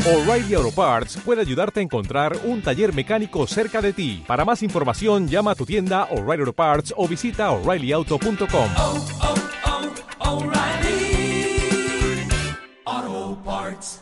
O'Reilly Auto Parts puede ayudarte a encontrar un taller mecánico cerca de ti. Para más información, llama a tu tienda O'Reilly Auto Parts o visita O'ReillyAuto.com. O'Reilly Auto Parts.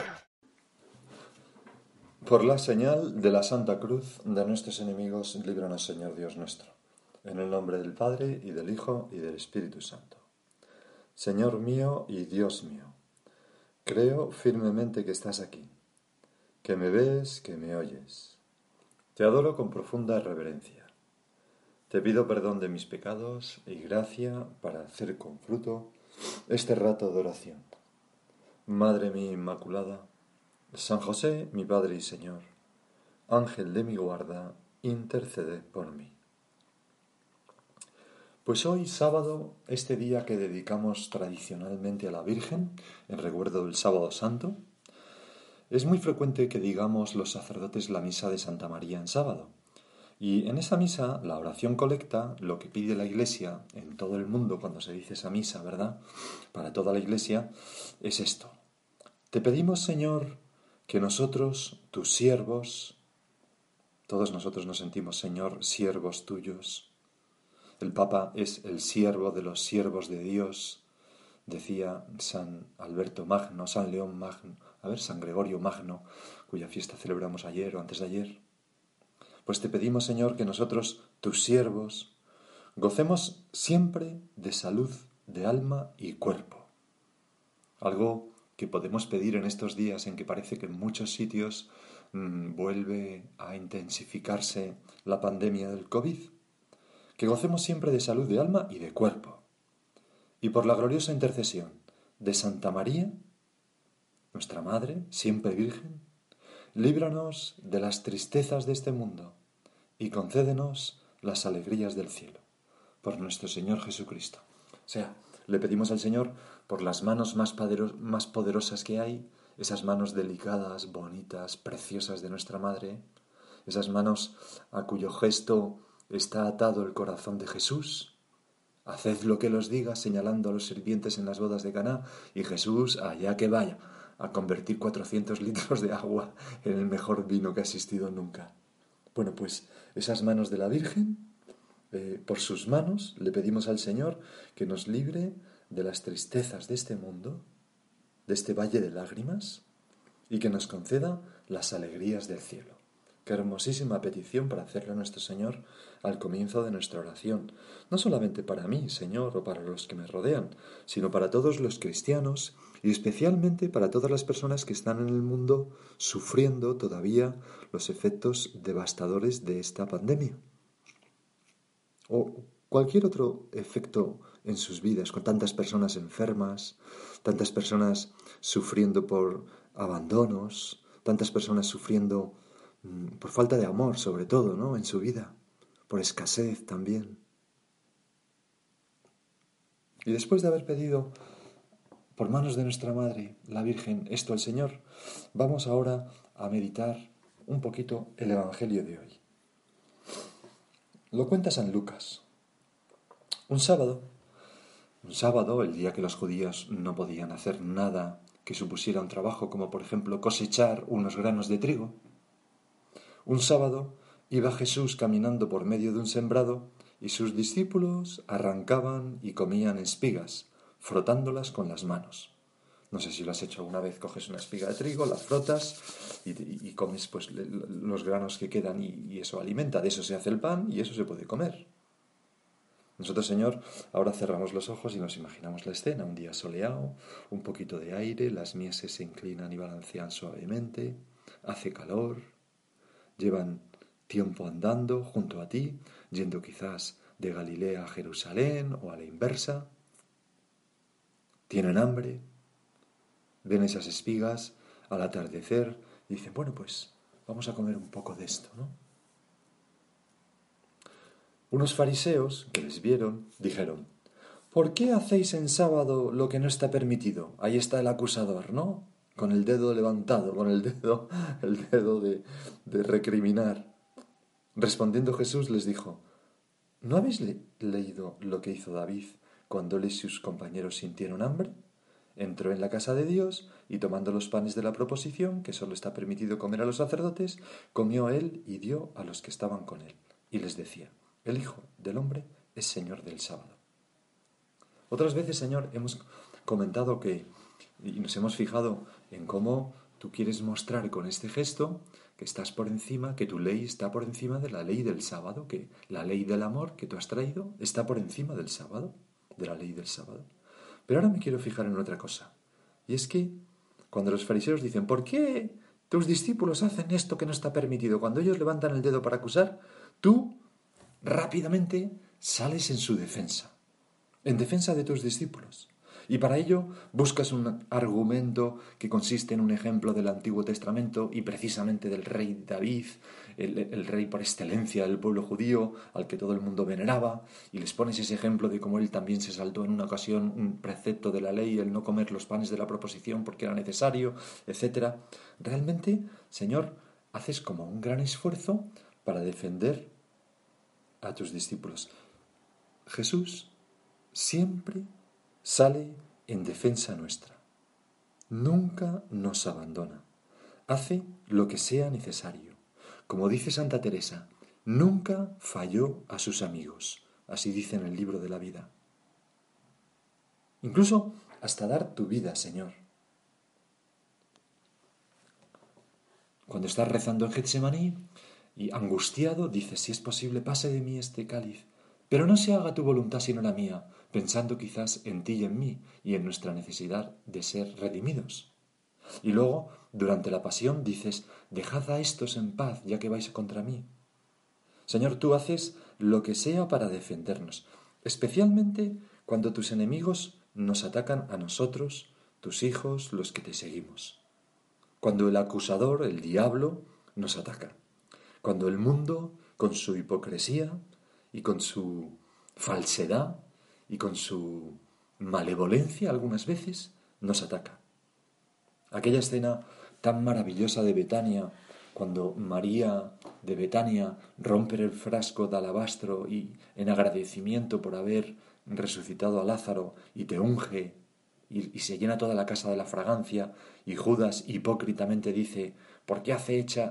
Por la señal de la Santa Cruz de nuestros enemigos, líbranos, Señor Dios nuestro. En el nombre del Padre, y del Hijo, y del Espíritu Santo. Señor mío y Dios mío, creo firmemente que estás aquí, que me ves, que me oyes. Te adoro con profunda reverencia. Te pido perdón de mis pecados y gracia para hacer con fruto este rato de oración. Madre mía Inmaculada, San José, mi Padre y Señor, Ángel de mi guarda, intercede por mí. Pues hoy, sábado, este día que dedicamos tradicionalmente a la Virgen, en recuerdo del Sábado Santo, es muy frecuente que digamos los sacerdotes la misa de Santa María en sábado. Y en esa misa, la oración colecta, lo que pide la Iglesia en todo el mundo cuando se dice esa misa, ¿verdad? Para toda la Iglesia, es esto. Te pedimos, Señor, que nosotros, tus siervos, todos nosotros nos sentimos, Señor, siervos tuyos. El Papa es el siervo de los siervos de Dios, decía San Alberto Magno, San León Magno, San Gregorio Magno, cuya fiesta celebramos ayer o antes de ayer. Pues te pedimos, Señor, que nosotros, tus siervos, gocemos siempre de salud de alma y cuerpo. Algo que podemos pedir en estos días en que parece que en muchos sitios vuelve a intensificarse la pandemia del COVID. Que gocemos siempre de salud de alma y de cuerpo. Y por la gloriosa intercesión de Santa María, nuestra Madre, siempre Virgen, líbranos de las tristezas de este mundo y concédenos las alegrías del cielo. Por nuestro Señor Jesucristo. O sea, le pedimos al Señor por las manos más poderosas que hay, esas manos delicadas, bonitas, preciosas de nuestra Madre, esas manos a cuyo gesto está atado el corazón de Jesús. Haced lo que los diga, señalando a los sirvientes en las bodas de Caná, y Jesús, allá que vaya, a convertir 400 litros de agua en el mejor vino que ha existido nunca. Bueno, pues esas manos de la Virgen, por sus manos le pedimos al Señor que nos libre de las tristezas de este mundo, de este valle de lágrimas, y que nos conceda las alegrías del cielo. Qué hermosísima petición para hacerle a nuestro Señor al comienzo de nuestra oración. No solamente para mí, Señor, o para los que me rodean, sino para todos los cristianos y especialmente para todas las personas que están en el mundo sufriendo todavía los efectos devastadores de esta pandemia. O cualquier otro efecto en sus vidas, con tantas personas enfermas, tantas personas sufriendo por abandonos, tantas personas sufriendo por falta de amor, sobre todo, ¿no?, en su vida, por escasez también. Y después de haber pedido por manos de nuestra Madre, la Virgen, esto al Señor, vamos ahora a meditar un poquito el Evangelio de hoy. Lo cuenta San Lucas. Un sábado, el día que los judíos no podían hacer nada que supusiera un trabajo, como por ejemplo cosechar unos granos de trigo. Un sábado iba Jesús caminando por medio de un sembrado y sus discípulos arrancaban y comían espigas, frotándolas con las manos. No sé si lo has hecho alguna vez, coges una espiga de trigo, la frotas y comes pues los granos que quedan y eso alimenta, de eso se hace el pan y eso se puede comer. Nosotros, Señor, ahora cerramos los ojos y nos imaginamos la escena, un día soleado, un poquito de aire, las mieses se inclinan y balancean suavemente, hace calor, llevan tiempo andando junto a ti, yendo quizás de Galilea a Jerusalén o a la inversa, tienen hambre, ven esas espigas al atardecer y dicen, bueno, pues vamos a comer un poco de esto, ¿no? Unos fariseos que les vieron dijeron, ¿por qué hacéis en sábado lo que no está permitido? Ahí está el acusador, ¿no? Con el dedo levantado, con el dedo de recriminar. Respondiendo Jesús les dijo, ¿no habéis leído lo que hizo David cuando él y sus compañeros sintieron hambre? entró en la casa de Dios y tomando los panes de la proposición, que solo está permitido comer a los sacerdotes, comió él y dio a los que estaban con él. Y les decía, el Hijo del Hombre es Señor del sábado. Otras veces, Señor, hemos comentado y nos hemos fijado en cómo tú quieres mostrar con este gesto que estás por encima, que tu ley está por encima de la ley del sábado, que la ley del amor que tú has traído está por encima del sábado, de la ley del sábado. Pero ahora me quiero fijar en otra cosa. Y es que cuando los fariseos dicen, ¿por qué tus discípulos hacen esto que no está permitido? Cuando ellos levantan el dedo para acusar, tú rápidamente sales en su defensa, en defensa de tus discípulos. Y para ello buscas un argumento que consiste en un ejemplo del Antiguo Testamento y precisamente del rey David, el rey por excelencia del pueblo judío, al que todo el mundo veneraba, y les pones ese ejemplo de cómo él también se saltó en una ocasión un precepto de la ley, el no comer los panes de la proposición porque era necesario, etc. Realmente, Señor, haces como un gran esfuerzo para defender a tus discípulos. Jesús siempre sale en defensa nuestra. Nunca nos abandona. Hace lo que sea necesario. Como dice Santa Teresa, nunca falló a sus amigos. Así dice en el libro de la vida. Incluso hasta dar tu vida, Señor. Cuando estás rezando en Getsemaní y angustiado, dices, si es posible, pase de mí este cáliz. Pero no se haga tu voluntad sino la mía, pensando quizás en ti y en mí y en nuestra necesidad de ser redimidos. Y luego, durante la pasión, dices, dejad a estos en paz, ya que vais contra mí. Señor, tú haces lo que sea para defendernos, especialmente cuando tus enemigos nos atacan a nosotros, tus hijos, los que te seguimos. Cuando el acusador, el diablo, nos ataca. Cuando el mundo, con su hipocresía y con su falsedad y con su malevolencia algunas veces, nos ataca. Aquella escena tan maravillosa de Betania, cuando María de Betania rompe el frasco de alabastro y en agradecimiento por haber resucitado a Lázaro y te unge y se llena toda la casa de la fragancia y Judas hipócritamente dice, ¿por qué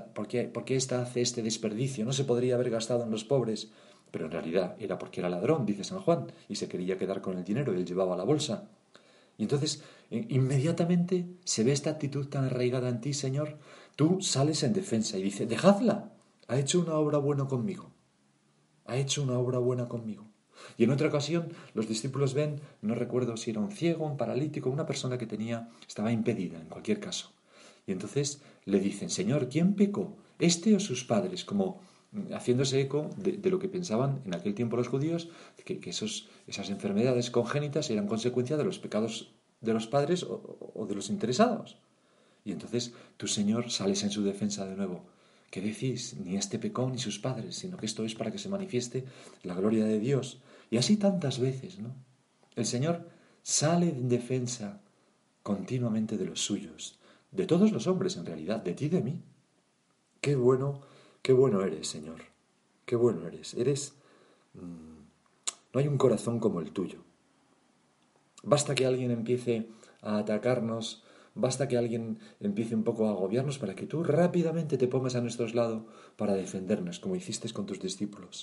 ésta hace este desperdicio? No se podría haber gastado en los pobres. Pero en realidad era porque era ladrón, dice San Juan, y se quería quedar con el dinero y él llevaba la bolsa. Y entonces, inmediatamente se ve esta actitud tan arraigada en ti, Señor, tú sales en defensa y dices, dejadla, ha hecho una obra buena conmigo. Ha hecho una obra buena conmigo. Y en otra ocasión los discípulos ven, no recuerdo si era un ciego, un paralítico, una persona que estaba impedida en cualquier caso. Y entonces le dicen, Señor, ¿quién pecó? ¿Este o sus padres? Como haciéndose eco de lo que pensaban en aquel tiempo los judíos, que esas enfermedades congénitas eran consecuencia de los pecados de los padres o de los interesados. Y entonces tú, Señor, sales en su defensa de nuevo. ¿Qué decís? Ni este pecó ni sus padres, sino que esto es para que se manifieste la gloria de Dios. Y así tantas veces, ¿no? El Señor sale en defensa continuamente de los suyos, de todos los hombres en realidad, de ti y de mí. Qué bueno eres, Señor. Qué bueno eres. No hay un corazón como el tuyo. Basta que alguien empiece a atacarnos, basta que alguien empiece un poco a agobiarnos para que tú rápidamente te pongas a nuestro lado para defendernos, como hiciste con tus discípulos.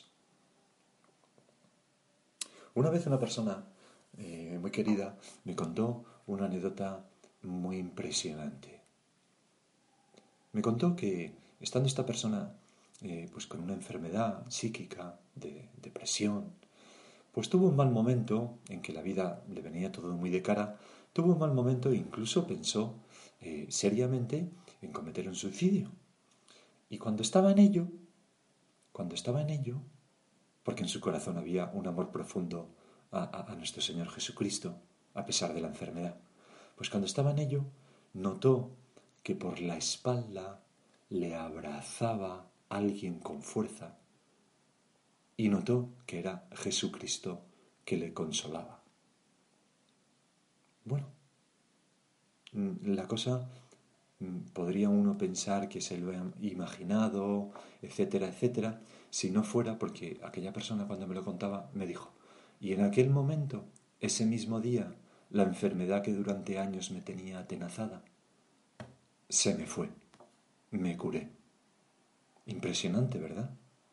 Una vez una persona muy querida me contó una anécdota muy impresionante. Me contó que estando esta persona pues con una enfermedad psíquica de depresión, pues tuvo un mal momento en que la vida le venía todo muy de cara, tuvo un mal momento e incluso pensó seriamente en cometer un suicidio. Y cuando estaba en ello, porque en su corazón había un amor profundo a nuestro Señor Jesucristo, a pesar de la enfermedad, pues cuando estaba en ello, notó que por la espalda le abrazaba alguien con fuerza y notó que era Jesucristo que le consolaba. Bueno, la cosa podría uno pensar que se lo ha imaginado, etcétera, etcétera, si no fuera porque aquella persona cuando me lo contaba me dijo, y en aquel momento, ese mismo día, la enfermedad que durante años me tenía atenazada, se me fue. Me curé. Impresionante, ¿verdad?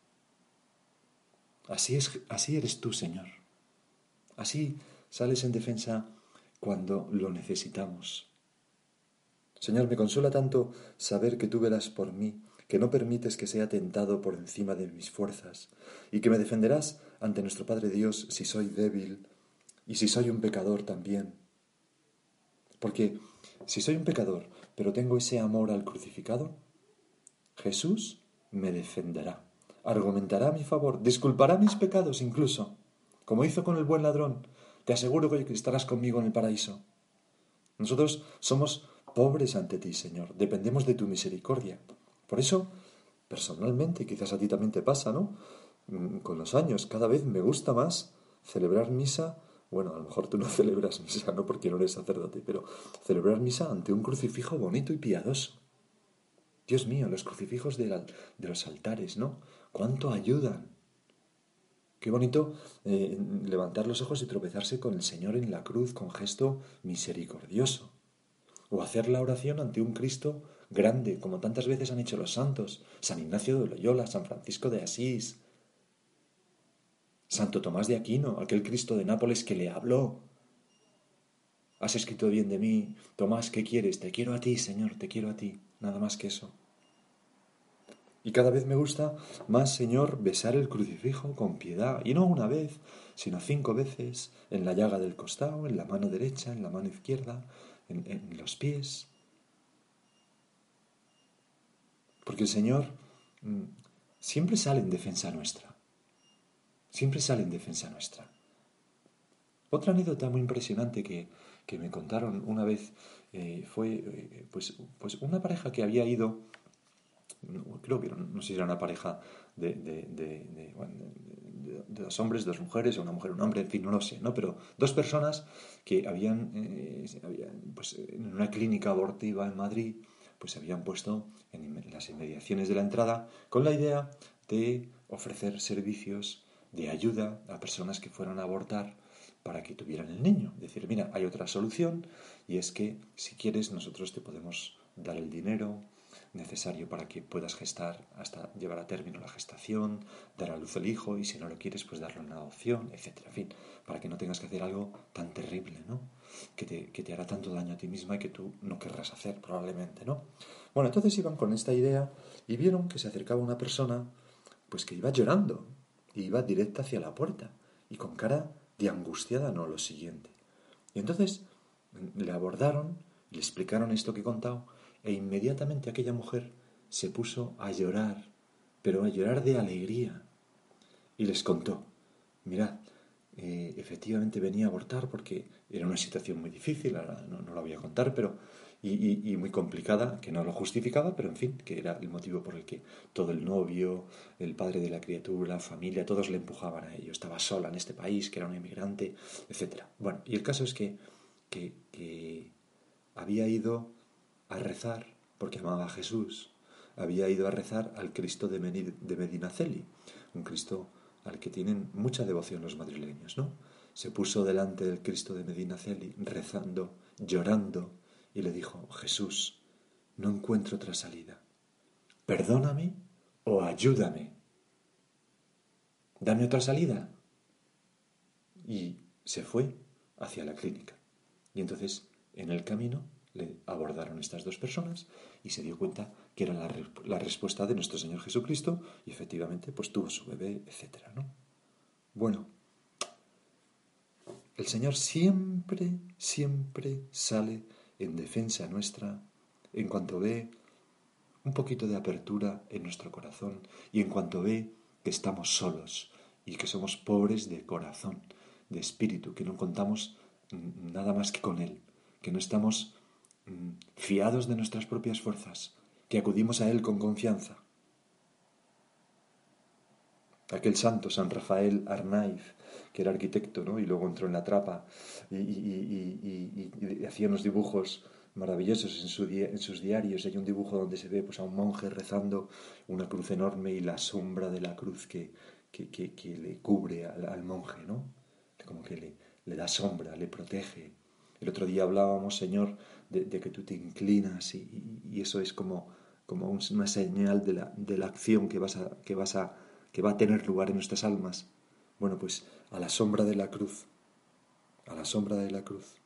Así eres tú, Señor. Así sales en defensa cuando lo necesitamos. Señor, me consuela tanto saber que tú velas por mí, que no permites que sea tentado por encima de mis fuerzas, y que me defenderás ante nuestro Padre Dios si soy débil y si soy un pecador también. Porque si soy un pecador, pero tengo ese amor al crucificado, Jesús me defenderá, argumentará a mi favor, disculpará mis pecados incluso, como hizo con el buen ladrón. Te aseguro que estarás conmigo en el paraíso. Nosotros somos pobres ante ti, Señor, dependemos de tu misericordia. Por eso, personalmente, quizás a ti también te pasa, ¿no? Con los años, cada vez me gusta más celebrar misa. Bueno, a lo mejor tú no celebras misa, ¿no? Porque no eres sacerdote, pero celebrar misa ante un crucifijo bonito y piadoso. Dios mío, los crucifijos de los altares, ¿no? ¿Cuánto ayudan? Qué bonito levantar los ojos y tropezarse con el Señor en la cruz con gesto misericordioso. O hacer la oración ante un Cristo grande, como tantas veces han hecho los santos, San Ignacio de Loyola, San Francisco de Asís, Santo Tomás de Aquino, aquel Cristo de Nápoles que le habló. Has escrito bien de mí, Tomás, ¿qué quieres? Te quiero a ti, Señor, te quiero a ti, nada más que eso. Y cada vez me gusta más, Señor, besar el crucifijo con piedad, y no una vez, sino 5 veces, en la llaga del costado, en la mano derecha, en la mano izquierda, en los pies. Porque el Señor siempre sale en defensa nuestra. Siempre sale en defensa nuestra. Otra anécdota muy impresionante que me contaron una vez fue pues una pareja que había ido, creo que no sé si era una pareja de 2 hombres, 2 mujeres, o una mujer, un hombre, en fin, no lo sé, ¿no? Pero 2 personas que habían pues en una clínica abortiva en Madrid, pues se habían puesto en las inmediaciones de la entrada con la idea de ofrecer servicios de ayuda a personas que fueran a abortar para que tuvieran el niño. Decir, mira, hay otra solución, y es que si quieres nosotros te podemos dar el dinero necesario para que puedas gestar hasta llevar a término la gestación, dar a luz el hijo, y si no lo quieres, pues darle una adopción, etcétera. En fin, para que no tengas que hacer algo tan terrible, ¿no? Que te hará tanto daño a ti misma y que tú no querrás hacer, probablemente, ¿no? Bueno, entonces iban con esta idea y vieron que se acercaba una persona, pues que iba llorando, y iba directa hacia la puerta, y con cara de angustiada, no, lo siguiente. Y entonces le abordaron, le explicaron esto que he contado, e inmediatamente aquella mujer se puso a llorar, pero a llorar de alegría. Y les contó, mirad, efectivamente venía a abortar porque era una situación muy difícil, ahora no la voy a contar, pero y muy complicada, que no lo justificaba, pero en fin, que era el motivo por el que todo el novio, el padre de la criatura, la familia, todos le empujaban a ello. Estaba sola en este país, que era un inmigrante, etcétera. Bueno, y el caso es que había ido a rezar, porque amaba a Jesús, había ido a rezar al Cristo de Medinaceli, un Cristo al que tienen mucha devoción los madrileños, ¿no? Se puso delante del Cristo de Medinaceli, rezando, llorando, y le dijo, Jesús, no encuentro otra salida. Perdóname o ayúdame. Dame otra salida. Y se fue hacia la clínica. Y entonces, en el camino, le abordaron estas 2 personas y se dio cuenta que era la respuesta de nuestro Señor Jesucristo, y efectivamente pues tuvo su bebé, etcétera, ¿no? Bueno, el Señor siempre sale en defensa nuestra en cuanto ve un poquito de apertura en nuestro corazón, y en cuanto ve que estamos solos y que somos pobres de corazón, de espíritu, que no contamos nada más que con Él, que no estamos fiados de nuestras propias fuerzas, que acudimos a Él con confianza. Aquel santo, San Rafael Arnaiz, que era arquitecto, ¿no? Y luego entró en la trapa y hacía unos dibujos maravillosos en sus diarios. Hay un dibujo donde se ve pues, a un monje rezando, una cruz enorme y la sombra de la cruz que le cubre al monje, ¿no? Como que le da sombra, le protege. El otro día hablábamos, Señor, de que tú te inclinas y eso es como una señal de la acción que va a tener lugar en nuestras almas. Bueno, pues a la sombra de la cruz, a la sombra de la cruz.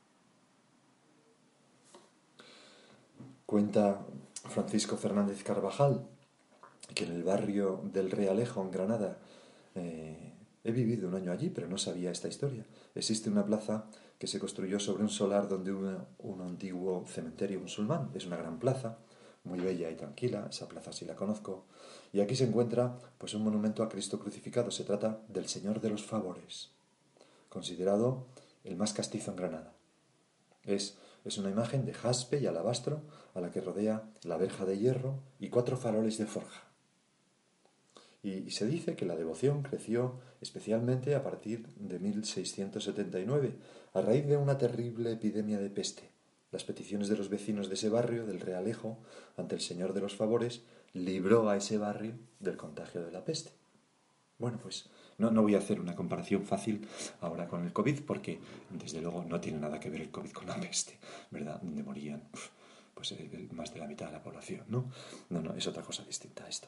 Cuenta Francisco Fernández Carvajal que en el barrio del Realejo, en Granada, he vivido un año allí, pero no sabía esta historia. Existe una plaza que se construyó sobre un solar donde hubo un antiguo cementerio musulmán. Es una gran plaza, muy bella y tranquila, esa plaza sí la conozco. Y aquí se encuentra pues un monumento a Cristo crucificado. Se trata del Señor de los Favores, considerado el más castizo en Granada. Es una imagen de jaspe y alabastro a la que rodea la verja de hierro y 4 faroles de forja. Y se dice que la devoción creció especialmente a partir de 1679, a raíz de una terrible epidemia de peste. Las peticiones de los vecinos de ese barrio, del Realejo, ante el Señor de los Favores, libró a ese barrio del contagio de la peste. Bueno, pues no voy a hacer una comparación fácil ahora con el COVID, porque desde luego no tiene nada que ver el COVID con la peste, ¿verdad? Donde morían pues más de la mitad de la población, ¿no? No, es otra cosa distinta a esto.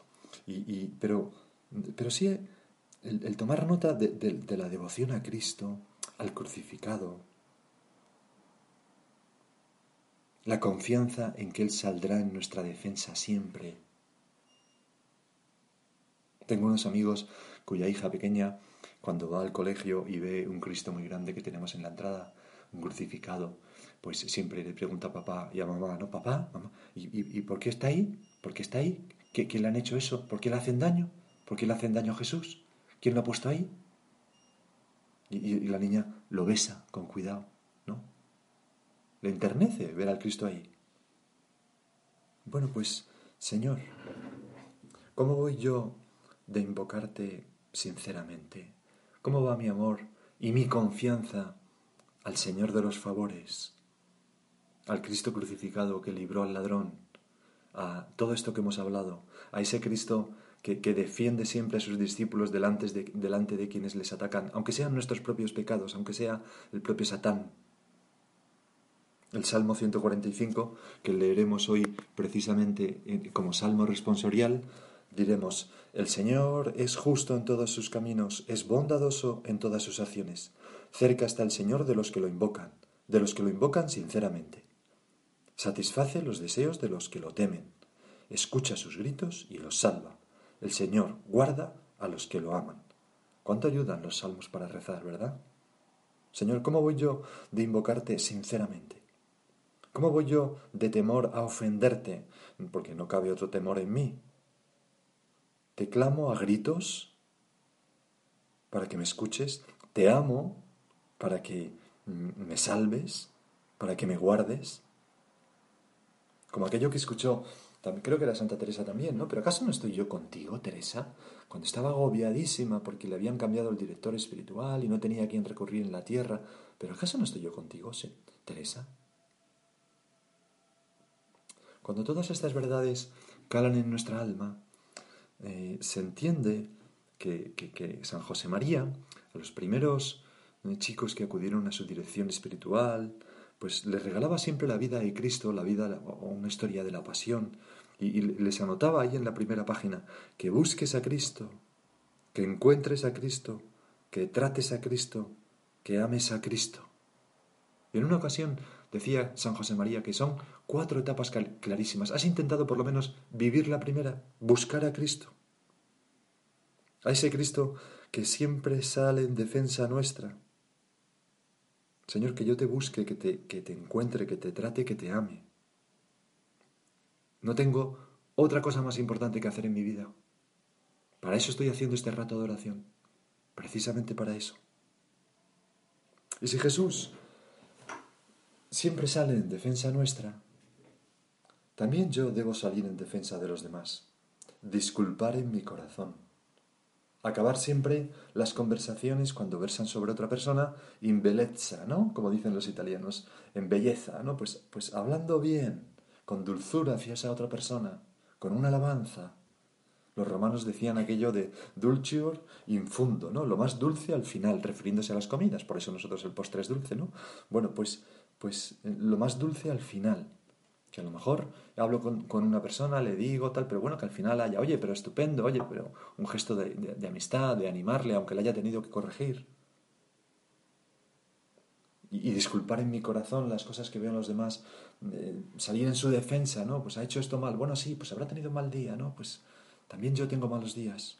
Pero sí el tomar nota de la devoción a Cristo, al crucificado, la confianza en que Él saldrá en nuestra defensa siempre. Tengo unos amigos cuya hija pequeña, cuando va al colegio y ve un Cristo muy grande que tenemos en la entrada, un crucificado, pues siempre le pregunta a papá y a mamá, ¿no? Papá, mamá, ¿y por qué está ahí? ¿Por qué está ahí? ¿Qué le han hecho eso? ¿Por qué le hacen daño? ¿Por qué le hacen daño a Jesús? ¿Quién lo ha puesto ahí? Y la niña lo besa con cuidado, ¿no? Le enternece ver al Cristo ahí. Bueno, pues, Señor, ¿cómo voy yo de invocarte sinceramente? ¿Cómo va mi amor y mi confianza al Señor de los Favores, al Cristo crucificado que libró al ladrón, a todo esto que hemos hablado, a ese Cristo que defiende siempre a sus discípulos delante de quienes les atacan, aunque sean nuestros propios pecados, aunque sea el propio Satán? El Salmo 145, que leeremos hoy precisamente como Salmo responsorial, diremos: el Señor es justo en todos sus caminos, es bondadoso en todas sus acciones. Cerca está el Señor de los que lo invocan sinceramente. Satisface los deseos de los que lo temen, escucha sus gritos y los salva. El Señor guarda a los que lo aman. ¿Cuánto ayudan los salmos para rezar, verdad? Señor, ¿cómo voy yo de invocarte sinceramente? ¿Cómo voy yo de temor a ofenderte? Porque no cabe otro temor en mí. Te clamo a gritos para que me escuches. Te amo para que me salves, para que me guardes. Como aquello que escuchó, creo que era Santa Teresa también, ¿no? Pero ¿acaso no estoy yo contigo, Teresa? Cuando estaba agobiadísima porque le habían cambiado el director espiritual y no tenía a quien recurrir en la tierra. ¿Pero acaso no estoy yo contigo, Teresa? Cuando todas estas verdades calan en nuestra alma, se entiende que San José María, a los primeros chicos que acudieron a su dirección espiritual, pues les regalaba siempre la vida de Cristo, la vida o una historia de la pasión, y les anotaba ahí en la primera página: que busques a Cristo, que encuentres a Cristo, que trates a Cristo, que ames a Cristo. Y en una ocasión decía San José María que son 4 etapas clarísimas. ¿Has intentado por lo menos vivir la primera? Buscar a Cristo. A ese Cristo que siempre sale en defensa nuestra. Señor, que yo te busque, que te encuentre, que te trate, que te ame. No tengo otra cosa más importante que hacer en mi vida. Para eso estoy haciendo este rato de oración. Precisamente para eso. Y si Jesús siempre sale en defensa nuestra, también yo debo salir en defensa de los demás. Disculpar en mi corazón. Acabar siempre las conversaciones cuando versan sobre otra persona in bellezza, ¿no? Como dicen los italianos, en belleza, ¿no? Pues hablando bien, con dulzura hacia esa otra persona, con una alabanza. Los romanos decían aquello de dulcior in fundo, ¿no? Lo más dulce al final, refiriéndose a las comidas. Por eso nosotros el postre es dulce, ¿no? Bueno, pues pues lo más dulce al final. Que a lo mejor hablo con una persona, le digo tal, pero bueno, que al final haya, oye, pero estupendo, oye, pero un gesto de amistad, de animarle, aunque le haya tenido que corregir. Y disculpar en mi corazón las cosas que veo en los demás, salir en su defensa, ¿no? Pues ha hecho esto mal. Bueno, sí, pues habrá tenido un mal día, ¿no? Pues también yo tengo malos días.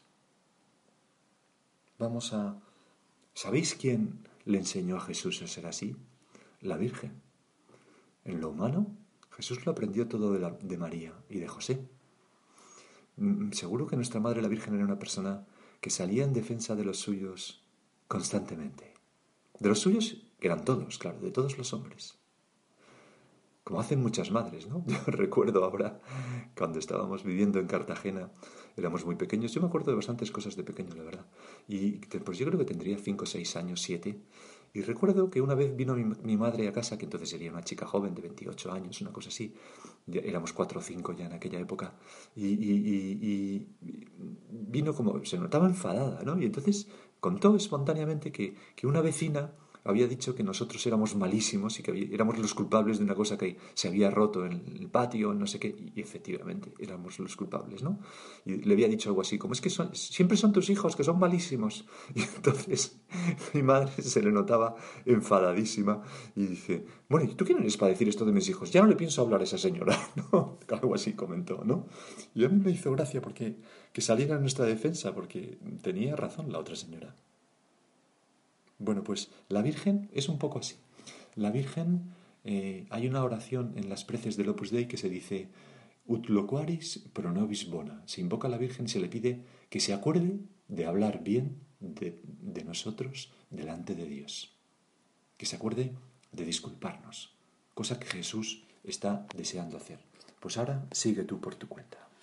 Vamos a... ¿Sabéis quién le enseñó a Jesús a ser así? La Virgen. En lo humano, Jesús lo aprendió todo de María y de José. Seguro que nuestra Madre la Virgen era una persona que salía en defensa de los suyos constantemente. De los suyos, que eran todos, claro, de todos los hombres. Como hacen muchas madres, ¿no? Yo recuerdo ahora, cuando estábamos viviendo en Cartagena, éramos muy pequeños. Yo me acuerdo de bastantes cosas de pequeño, la verdad. Y pues yo creo que tendría 5, 6 años, 7. Y recuerdo que una vez vino mi madre a casa, que entonces sería una chica joven de 28 años, una cosa así. Ya éramos 4 o 5 ya en aquella época. Y vino como... Se notaba enfadada, ¿no? Y entonces contó espontáneamente que una vecina había dicho que nosotros éramos malísimos y que éramos los culpables de una cosa que se había roto en el patio, no sé qué, y efectivamente éramos los culpables, ¿no? Y le había dicho algo así, como es que siempre son tus hijos, que son malísimos. Y entonces mi madre se le notaba enfadadísima y dice, bueno, ¿y tú quién eres para decir esto de mis hijos? Ya no le pienso hablar a esa señora, ¿no? Algo así comentó, ¿no? Y a mí me hizo gracia porque que saliera en nuestra defensa, porque tenía razón la otra señora. Bueno, pues la Virgen es un poco así. La Virgen, hay una oración en las preces del Opus Dei que se dice Ut loquaris pro nobis bona. Se invoca a la Virgen y se le pide que se acuerde de hablar bien de nosotros delante de Dios. Que se acuerde de disculparnos, cosa que Jesús está deseando hacer. Pues ahora sigue tú por tu cuenta.